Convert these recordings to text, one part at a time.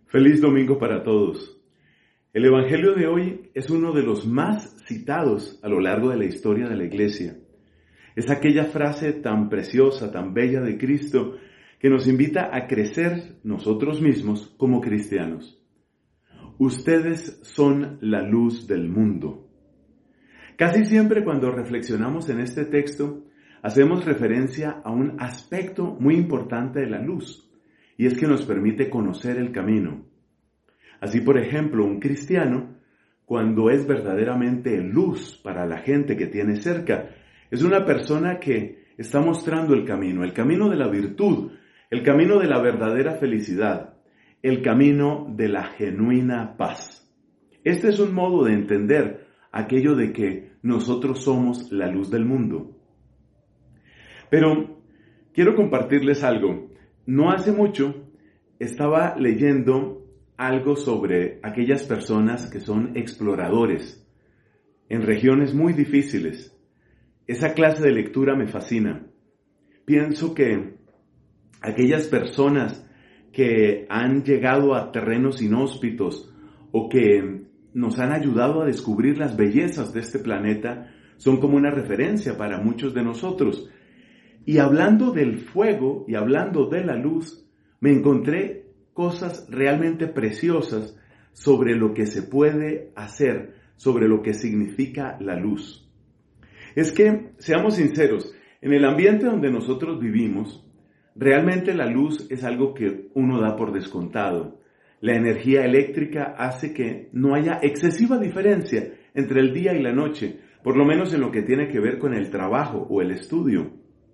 Feliz domingo para todos. El Evangelio de hoy es uno de los más citados a lo largo de la historia de la Iglesia. Es aquella frase tan preciosa, tan bella de Cristo que nos invita a crecer nosotros mismos como cristianos. Ustedes son la luz del mundo. Casi siempre cuando reflexionamos en este texto, hacemos referencia a un aspecto muy importante de la luz. Y es que nos permite conocer el camino. Así, por ejemplo, un cristiano, cuando es verdaderamente luz para la gente que tiene cerca, es una persona que está mostrando el camino de la virtud, el camino de la verdadera felicidad, el camino de la genuina paz. Este es un modo de entender aquello de que nosotros somos la luz del mundo. Pero quiero compartirles algo. No hace mucho estaba leyendo algo sobre aquellas personas que son exploradores en regiones muy difíciles. Esa clase de lectura me fascina. Pienso que aquellas personas que han llegado a terrenos inhóspitos o que nos han ayudado a descubrir las bellezas de este planeta son como una referencia para muchos de nosotros. Y hablando del fuego y hablando de la luz, me encontré cosas realmente preciosas sobre lo que se puede hacer, sobre lo que significa la luz. Es que, seamos sinceros, en el ambiente donde nosotros vivimos, realmente la luz es algo que uno da por descontado. La energía eléctrica hace que no haya excesiva diferencia entre el día y la noche, por lo menos en lo que tiene que ver con el trabajo o el estudio.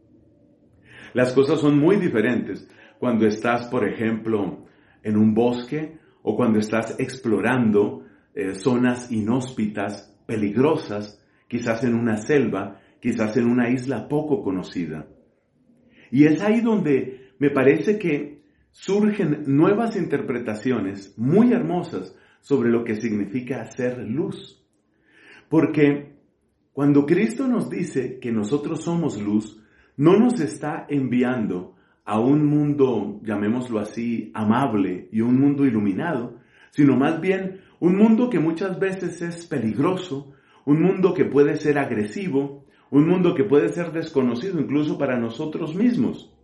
Las cosas son muy diferentes cuando estás, por ejemplo, en un bosque o cuando estás explorando zonas inhóspitas, peligrosas, quizás en una selva, quizás en una isla poco conocida. Y es ahí donde me parece que surgen nuevas interpretaciones muy hermosas sobre lo que significa ser luz. Porque cuando Cristo nos dice que nosotros somos luz, no nos está enviando a un mundo, llamémoslo así, amable y un mundo iluminado, sino más bien un mundo que muchas veces es peligroso, un mundo que puede ser agresivo, un mundo que puede ser desconocido incluso para nosotros mismos.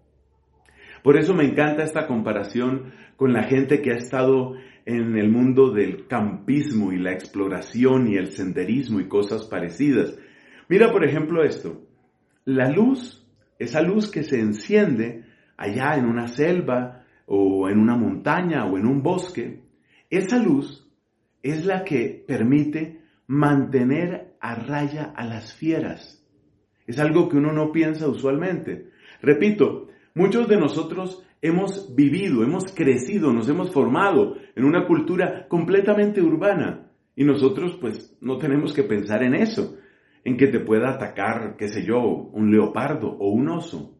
Por eso me encanta esta comparación con la gente que ha estado en el mundo del campismo y la exploración y el senderismo y cosas parecidas. Mira, por ejemplo, esto. La luz, esa luz que se enciende allá en una selva o en una montaña o en un bosque, esa luz es la que permite mantener a raya a las fieras. Es algo que uno no piensa usualmente. Repito, muchos de nosotros hemos vivido, hemos crecido, nos hemos formado en una cultura completamente urbana y nosotros pues no tenemos que pensar en eso. En que te pueda atacar, qué sé yo, un leopardo o un oso.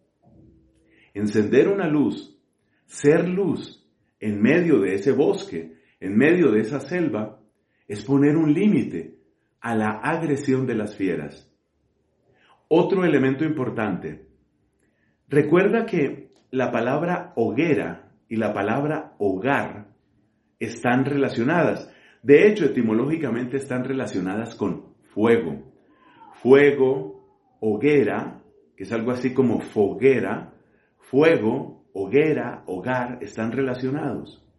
Encender una luz, ser luz en medio de ese bosque, en medio de esa selva, es poner un límite a la agresión de las fieras. Otro elemento importante. Recuerda que la palabra hoguera y la palabra hogar están relacionadas. De hecho, etimológicamente están relacionadas con fuego. Fuego, hoguera, que es algo así como foguera, fuego, hoguera, hogar, están relacionados.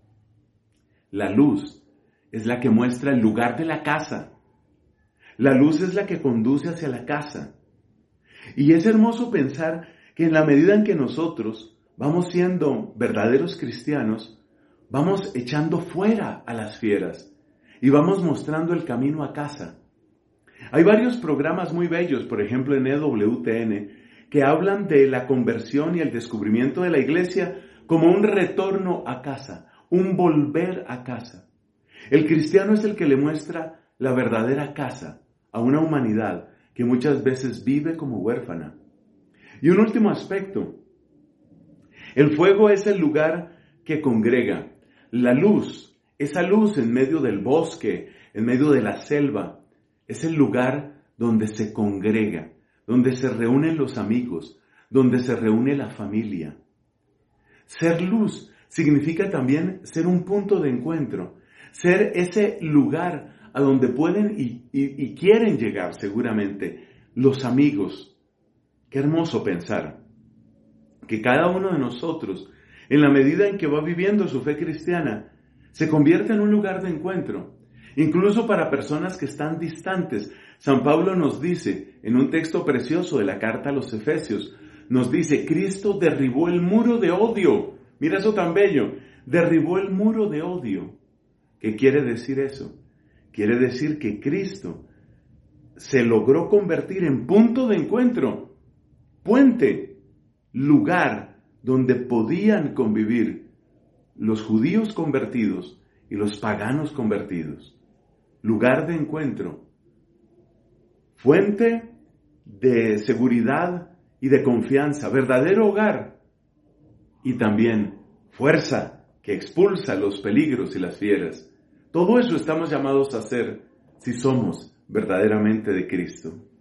La luz es la que muestra el lugar de la casa. La luz es la que conduce hacia la casa. Y es hermoso pensar que en la medida en que nosotros vamos siendo verdaderos cristianos, vamos echando fuera a las fieras y vamos mostrando el camino a casa. Hay varios programas muy bellos, por ejemplo en EWTN, que hablan de la conversión y el descubrimiento de la iglesia como un retorno a casa, un volver a casa. El cristiano es el que le muestra la verdadera casa a una humanidad que muchas veces vive como huérfana. Y un último aspecto. El fuego es el lugar que congrega. La luz, esa luz en medio del bosque, en medio de la selva, es el lugar donde se congrega, donde se reúnen los amigos, donde se reúne la familia. Ser luz significa también ser un punto de encuentro, ser ese lugar a donde pueden y quieren llegar seguramente los amigos. Qué hermoso pensar que cada uno de nosotros, en la medida en que va viviendo su fe cristiana, se convierte en un lugar de encuentro, incluso para personas que están distantes. San Pablo nos dice, en un texto precioso de la carta a los Efesios, nos dice, Cristo derribó el muro de odio. Mira eso tan bello, derribó el muro de odio. ¿Qué quiere decir eso? Quiere decir que Cristo se logró convertir en punto de encuentro, puente, lugar donde podían convivir los judíos convertidos y los paganos convertidos. Lugar de encuentro, fuente de seguridad y de confianza, verdadero hogar y también fuerza que expulsa los peligros y las fieras. Todo eso estamos llamados a hacer si somos verdaderamente de Cristo.